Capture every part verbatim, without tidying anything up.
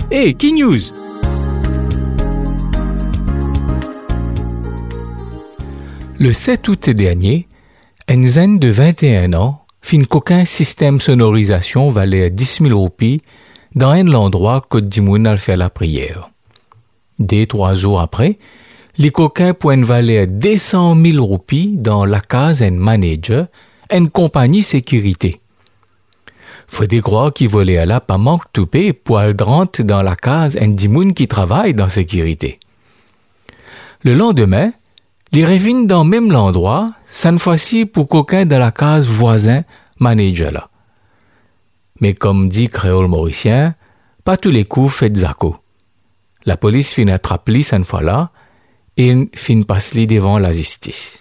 Hey, Key News! Le sept août dernier, un zen de vingt et un ans fin qu'aucun système sonorisation valait dix mille roupies dans un endroit que Dimoun a fait la prière. Deux, trois jours après, les coquins pointent valer deux cent mille roupies dans la case un manager, une compagnie sécurité. Faut des croire qui volaient là pas manque toupé pour rentrer dans la case un Dimoun qui travaille dans sécurité. Le lendemain, les reviennent dans le même endroit, cette fois-ci pour qu'aucun de la case voisin manager là. Mais comme dit créole mauricien, pas tous les coups fait zaco. La police fin attrape-li cette fois-là et fin passe-li devant la justice.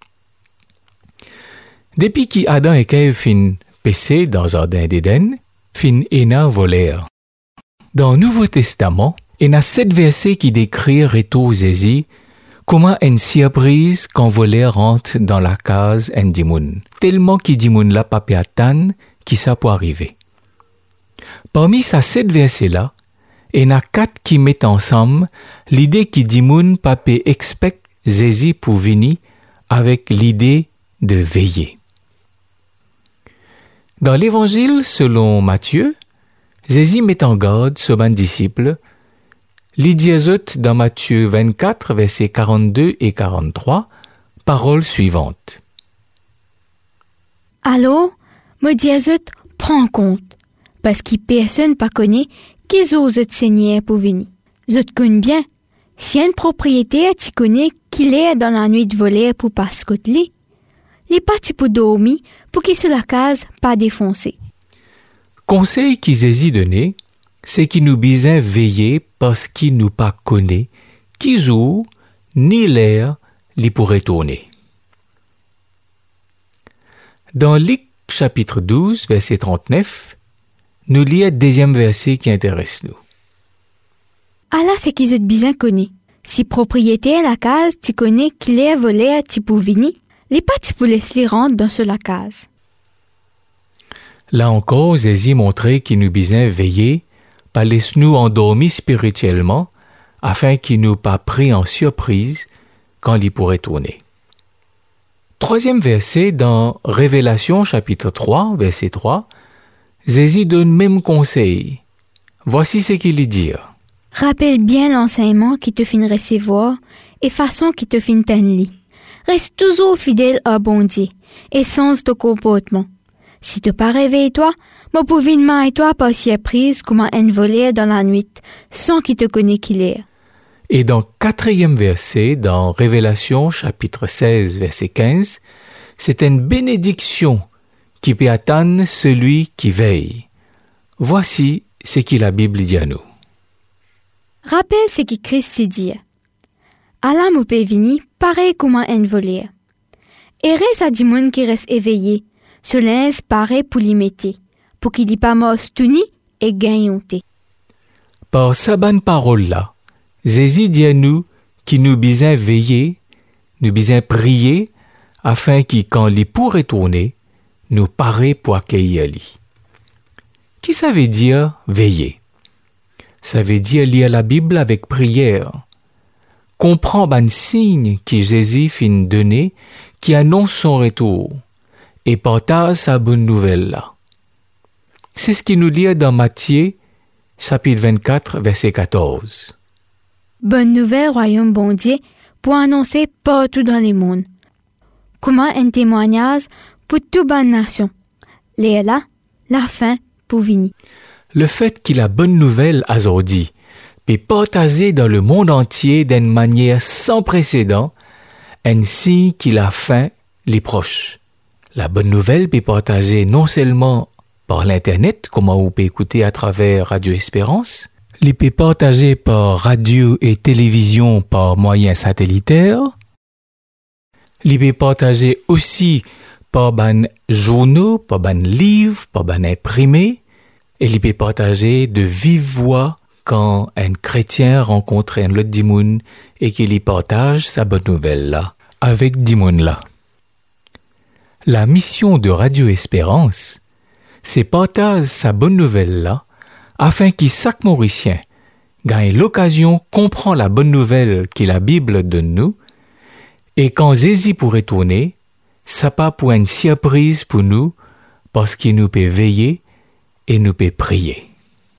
Depuis qui Adam et Ève fin pessé dans le jardin d'Éden, fin ena volèrent. Dans le Nouveau Testament, il y a sept versets qui décrivent retour Jésus comment une surprise quand voleur rentre dans la case en Dimoun, tellement qu'il Dimoun la pas attendre qui ça peut arriver. Parmi ces sept versets-là, il y en a quatre qui mettent ensemble l'idée que Dimoun pas expecte Jésus pour venir avec l'idée de veiller. Dans l'Évangile selon Matthieu, Jésus met en garde sur ses disciples. L'Idiazot dans Matthieu vingt-quatre, versets quarante-deux et quarante-trois, paroles suivantes. Alors, me Diazot prend compte, parce que personne pas connaît qu'ils osent Seigneur pour venir. Je te connais bien. Si un propriétaire tu connais qu'il est dans la nuit de voler pour pas scotler, les partis pour dormir pour qu'il sur la case pas défoncé. Conseil qui Jésus donnait, c'est qu'il nous besoin veiller parce qu'il nous pas connaît, qui jour ni l'air l'y pourrait tourner. Dans Luc chapitre douze, verset trente-neuf, nous lit le deuxième verset qui intéresse nous. Allah c'est qu'ils ont bien connaît. Si propriétaire la case, tu connais qu'il est volé tu pour venir, les pas tu pour laisser rentrer dans sur la case. Là encore, Jésus montrait qu'il nous besoin veiller pas laisse-nous endormis spirituellement, afin qu'il nous pas pris en surprise quand il pourrait tourner. Troisième verset dans Révélation chapitre trois, verset trois, Jésus donne même conseil. Voici ce qu'il y dit. Rappelle bien l'enseignement qui te fin recevoir et façon qui te fin tenir. Reste toujours fidèle à bon Dieu et sens de comportement. Si te pas réveille toi, moi pour venir et toi pas surprise comme un voleur dans la nuit, sans qu'il te connaît qu'il est. Et dans quatrième verset, dans Révélation chapitre seize, verset quinze, c'est une bénédiction qui peut attendre celui qui veille. Voici ce que la Bible dit à nous. Rappelle ce que Christ s'est dit. Allah m'a peut venir pareil comme un voleur. Et reste à Dimoun qui reste éveillé, se laisse pareil pour l'y mettre, pour qu'il n'y pas mort tuni et gagnonté. Par sa bonne parole-là, Jésus dit à nous qu'il nous besoin veiller, nous besoin prier, afin qu'il, quand l'y pourrait tourner, nous paraît pour accueillir l'y. Qui ça veut dire veiller? Ça veut dire lire la Bible avec prière. Comprends ben signe que Jésus fin donner, qui annonce son retour, et partage sa bonne nouvelle-là. C'est ce qu'il nous lit dans Matthieu, chapitre vingt-quatre, verset quatorze. Bonne nouvelle, royaume bon Dieu, pour annoncer partout dans le monde. Comment un témoignage pour toute bonne nation. Les là, la fin pour venir. Le fait qu'il a bonne nouvelle aujourd'hui, peut partager dans le monde entier d'une manière sans précédent, ainsi qu'il a fin les proches. La bonne nouvelle peut partager non seulement par l'Internet, comment on peut écouter à travers Radio Espérance, il peut partager par radio et télévision par moyens satellitaires, il peut partager aussi par ban journaux, par ban livres, par ban imprimés, et il peut partager de vive voix quand un chrétien rencontre un autre dimoun et qu'il y partage sa bonne nouvelle là, avec dimoun là. La mission de Radio Espérance, c'est partager sa bonne nouvelle là, afin qu'il chaque Mauricien gagne l'occasion comprend la bonne nouvelle que la Bible donne nous, et quand Jésus pourrait tourner, ça pas pour une surprise pour nous, parce qu'il nous peut veiller et nous peut prier.